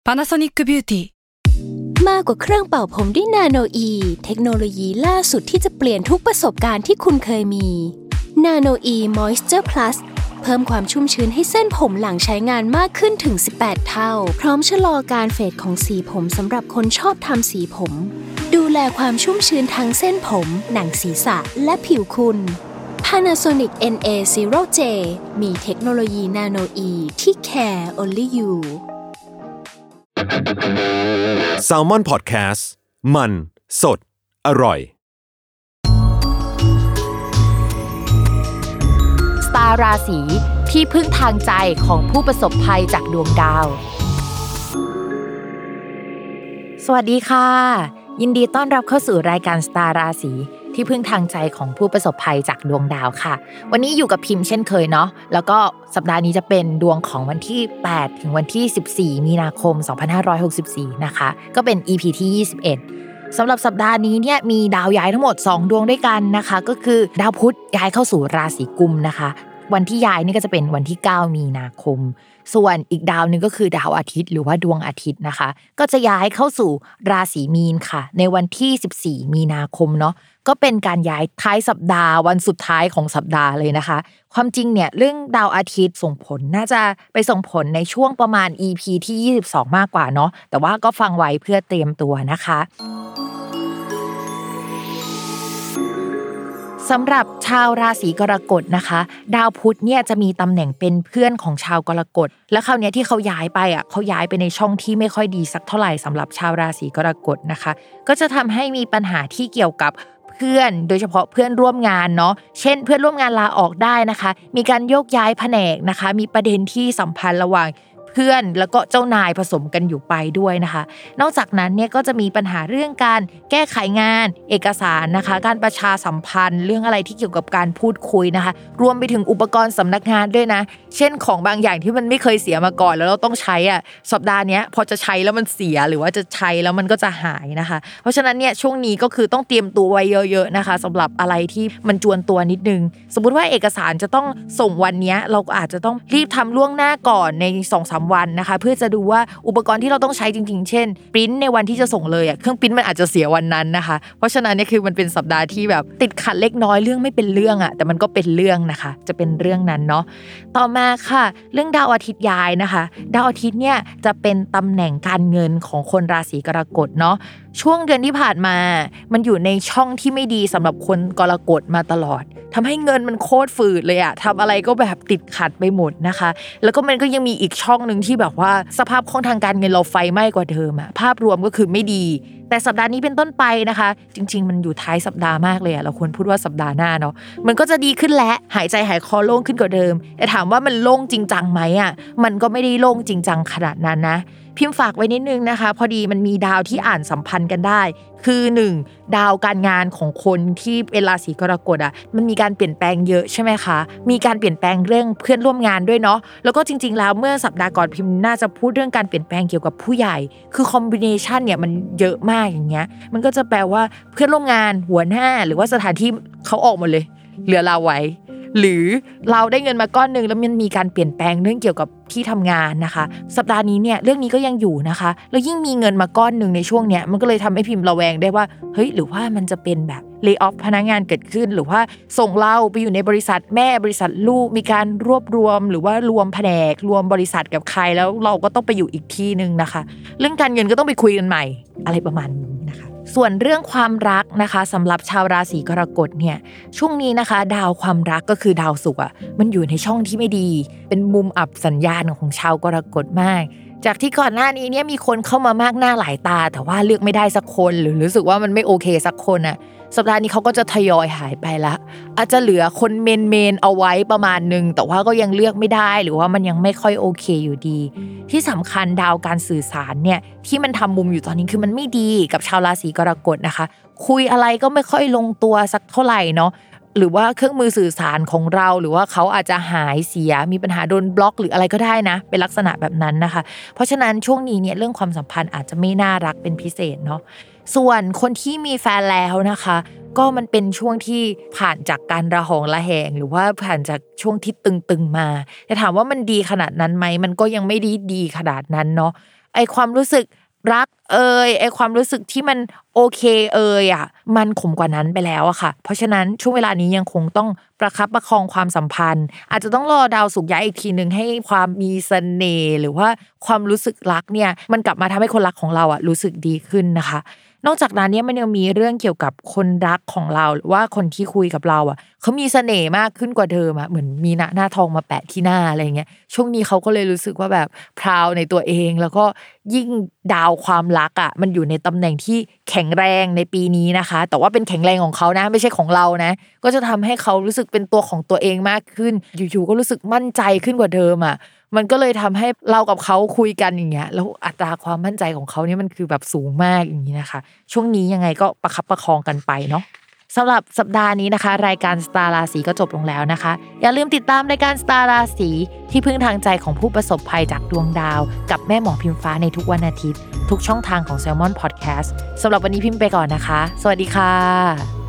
Panasonic Beauty มากกว่าเครื่องเป่าผมด้วยนาโนอีเทคโนโลยีล่าสุดที่จะเปลี่ยนทุกประสบการณ์ที่คุณเคยมีนาโนอีมอยส์เจอร์พลัสเพิ่มความชุ่มชื้นให้เส้นผมหลังใช้งานมากขึ้นถึง18เท่าพร้อมชะลอการเฟดของสีผมสำหรับคนชอบทำสีผมดูแลความชุ่มชื้นทั้งเส้นผมหนังศีรษะและผิวคุณ Panasonic NA0J มีเทคโนโลยีนาโนอีที่ care only you Salmon Podcast มันสดอร่อยสตาร์ราศีที่พึ่งทางใจของผู้ประสบภัยจากดวงดาวสวัสดีค่ะยินดีต้อนรับเข้าสู่รายการสตาร์ราศีที่พึ่งทางใจของผู้ประสบภัยจากดวงดาวค่ะวันนี้อยู่กับพิมพ์เช่นเคยเนาะแล้วก็สัปดาห์นี้จะเป็นดวงของวันที่8ถึงวันที่14มีนาคม2564นะคะก็เป็น EP ที่21สำหรับสัปดาห์นี้เนี่ยมีดาวย้ายทั้งหมด2ดวงด้วยกันนะคะก็คือดาวพุธย้ายเข้าสู่ราศีกุมนะคะวันที่ย้ายนี่ก็จะเป็นวันที่9มีนาคมส่วนอีกดาวนึงก็คือดาวอาทิตย์หรือว่าดวงอาทิตย์นะคะก็จะย้ายเข้าสู่ราศีมีนค่ะในวันที่14มีนาคมเนาะก็เป็นการย้ายท้ายสัปดาห์วันสุดท้ายของสัปดาห์เลยนะคะความจริงเนี่ยเรื่องดาวอาทิตย์ส่งผลน่าจะไปส่งผลในช่วงประมาณ EP ที่22มากกว่าเนาะแต่ว่าก็ฟังไว้เพื่อเตรียมตัวนะคะสำหรับชาวราศีกรกฎนะคะดาวพุธเนี่ยจะมีตำแหน่งเป็นเพื่อนของชาวกรกฎแล้วคราวนี้ที่เขาย้ายไปเขาย้ายไปในช่องที่ไม่ค่อยดีสักเท่าไหร่สำหรับชาวราศีกรกฎนะคะก็จะทำให้มีปัญหาที่เกี่ยวกับเพื่อนโดยเฉพาะเพื่อนร่วมงานเนาะเช่นเพื่อนร่วมงานลาออกได้นะคะมีการโยกย้ายแผนกนะคะมีประเด็นที่สัมพันธ์ระหว่างเพื่อนแล้วก็เจ้านายผสมกันอยู่ไปด้วยนะคะนอกจากนั้นเนี่ยก็จะมีปัญหาเรื่องการแก้ไขงานเอกสารนะคะการประชาสัมพันธ์เรื่องอะไรที่เกี่ยวกับการพูดคุยนะคะรวมไปถึงอุปกรณ์สำนักงานด้วยนะเช่นของบางอย่างที่มันไม่เคยเสียมาก่อนแล้วเราต้องใช้สัปดาห์นี้พอจะใช้แล้วมันเสียหรือว่าจะใช้แล้วมันก็จะหายนะคะเพราะฉะนั้นเนี่ยช่วงนี้ก็คือต้องเตรียมตัวไว้เยอะๆนะคะสำหรับอะไรที่มันจวนตัวนิดนึงสมมุติว่าเอกสารจะต้องส่งวันนี้เราก็อาจจะต้องรีบทำล่วงหน้าก่อนใน 2-3 วันนะคะเพื่อจะดูว่าอุปกรณ์ที่เราต้องใช้จริงๆเช่นปริ้นในวันที่จะส่งเลยเครื่องปริ้นมันอาจจะเสียวันนั้นนะคะเพราะฉะนั้นเนี่ยคือมันเป็นสัปดาห์ที่แบบติดขัดเล็กน้อยเรื่องไม่เป็นเรื่องแต่มันก็เป็นเรื่องนะคะจะเป็นเรื่องนั้นเนาะต่อมาค่ะเรื่องดาวอาทิตย์ย้ายนะคะดาวอาทิตย์เนี่ยจะเป็นตำแหน่งการเงินของคนราศีกรกฎเนาะช่วงเดือนที่ผ่านมามันอยู่ในช่องที่ไม่ดีสำหรับคนกรกฎมาตลอดทำให้เงินมันโคตรฝืดเลยทำอะไรก็แบบติดขัดไปหมดนะคะแล้วก็มันก็ยังมีอีกช่องนึงที่แบบว่าสภาพคล่องทางการเงินเราไฟไหม้กว่าเดิมภาพรวมก็คือไม่ดีแต่สัปดาห์นี้เป็นต้นไปนะคะจริงๆมันอยู่ท้ายสัปดาห์มากเลยเราควรพูดว่าสัปดาห์หน้าเนาะมันก็จะดีขึ้นและหายใจหายคอโล่งขึ้นกว่าเดิมแต่ถามว่ามันโล่งจริงจังไหมมันก็ไม่ได้โล่งจริงจังขนาดนั้นนะพิมพ์ฝากไว้นิดนึงนะคะพอดีมันมีดาวที่อ่านสัมพันธ์กันได้คือ1ดาวการงานของคนที่เป็นราศีกรกฎมันมีการเปลี่ยนแปลงเยอะใช่ไหมคะมีการเปลี่ยนแปลงเรื่องเพื่อนร่วมงานด้วยเนาะแล้วก็จริงๆแล้วเมื่อสัปดาห์ก่อนพิมพ์น่าจะพูดเรื่องการเปลี่ยนแปลงเกี่ยวกับผู้ใหญ่คือคอมบิเนชันเนี่ยมันเยอะมากอย่างเงี้ยมันก็จะแปลว่าเพื่อนร่วมงานหัวหน้าหรือว่าสถานที่เขาออกหมดเลยเหลือเราไว้หรือเราได้เงินมาก้อนนึงแล้วมันมีการเปลี่ยนแปลงเรื่องเกี่ยวกับที่ทำงานนะคะสัปดาห์นี้เนี่ยเรื่องนี้ก็ยังอยู่นะคะแล้วยิ่งมีเงินมาก้อนนึงในช่วงเนี้ยมันก็เลยทำให้พิมพ์ระแวงได้ว่าเฮ้ยหรือว่ามันจะเป็นแบบเลย์ออฟพนักงานเกิดขึ้นหรือว่าส่งเราไปอยู่ในบริษัทแม่บริษัทลูกมีการรวบรวมหรือว่ารวมแผนกรวมบริษัทกับใครแล้วเราก็ต้องไปอยู่อีกที่นึงนะคะเรื่องการเงินก็ต้องไปคุยกันใหม่อะไรประมาณนี้นะคะส่วนเรื่องความรักนะคะสำหรับชาวราศีกรกฎเนี่ยช่วงนี้นะคะดาวความรักก็คือดาวศุกร์มันอยู่ในช่องที่ไม่ดีเป็นมุมอับสัญญาณของชาวกรกฎมากจากที่ก่อนหน้านี้เนี่ยมีคนเข้ามามากหน้าหลายตาแต่ว่าเลือกไม่ได้สักคนหรือรู้สึกว่ามันไม่โอเคสักคนสัปดาห์นี้เขาก็จะทยอยหายไปละอาจจะเหลือคนเมนเอาไว้ประมาณนึงแต่ว่าก็ยังเลือกไม่ได้หรือว่ามันยังไม่ค่อยโอเคอยู่ดีที่สำคัญดาวการสื่อสารเนี่ยที่มันทำมุมอยู่ตอนนี้คือมันไม่ดีกับชาวราศีกรกฎนะคะคุยอะไรก็ไม่ค่อยลงตัวสักเท่าไหร่เนาะหรือว่าเครื่องมือสื่อสารของเราหรือว่าเขาอาจจะหายเสียมีปัญหาโดนบล็อกหรืออะไรก็ได้นะเป็นลักษณะแบบนั้นนะคะเพราะฉะนั้นช่วงนี้เนี่ยเรื่องความสัมพันธ์อาจจะไม่น่ารักเป็นพิเศษเนาะส่วนคนที่มีแฟนแล้วนะคะ ก็มันเป็นช่วงที่ผ่านจากการระหองระแหงหรือว่าผ่านจากช่วงที่ตึงๆมาแต่ถามว่ามันดีขนาดนั้นไหมมันก็ยังไม่ดีขนาดนั้นเนาะไอความรู้สึกรักไอความรู้สึกที่มันโอเคอ่ะมันขมกว่านั้นไปแล้วอะค่ะเพราะฉะนั้นช่วงเวลานี้ยังคงต้องประคับประคองความสัมพันธ์อาจจะต้องรอดาวศุกร์ย้ายอีกทีนึงให้ความมีเสน่ห์หรือว่าความรู้สึกรักเนี่ยมันกลับมาทำให้คนรักของเราอะรู้สึกดีขึ้นนะคะนอกจากนั้นเนี่ยมันยังมีเรื่องเกี่ยวกับคนรักของเราหรือว่าคนที่คุยกับเราอ่ะเขามีเสน่ห์มากขึ้นกว่าเดิมอ่ะเหมือนมีหน้าทองมาแปะที่หน้าอะไรเงี้ยช่วงนี้เขาก็เลยรู้สึกว่าแบบพราวในตัวเองแล้วก็ยิ่งดาวความรักอ่ะมันอยู่ในตำแหน่งที่แข็งแรงในปีนี้นะคะแต่ว่าเป็นแข็งแรงของเขานะไม่ใช่ของเรานะก็จะทำให้เขารู้สึกเป็นตัวของตัวเองมากขึ้นอยู่ๆก็รู้สึกมั่นใจขึ้นกว่าเดิมอ่ะมันก็เลยทำให้เรากับเขาคุยกันอย่างเงี้ยแล้วอัตราความมั่นใจของเขาเนี่ยมันคือแบบสูงมากอย่างนี้นะคะช่วงนี้ยังไงก็ประคับประคองกันไปเนาะสำหรับสัปดาห์นี้นะคะรายการสตาร์ราศีก็จบลงแล้วนะคะอย่าลืมติดตามรายการสตาร์ราศีที่พึ่งทางใจของผู้ประสบภัยจากดวงดาวกับแม่หมอพิมฟ้าในทุกวันอาทิตย์ทุกช่องทางของ Salmon Podcast สำหรับวันนี้พิมพ์ไปก่อนนะคะสวัสดีค่ะ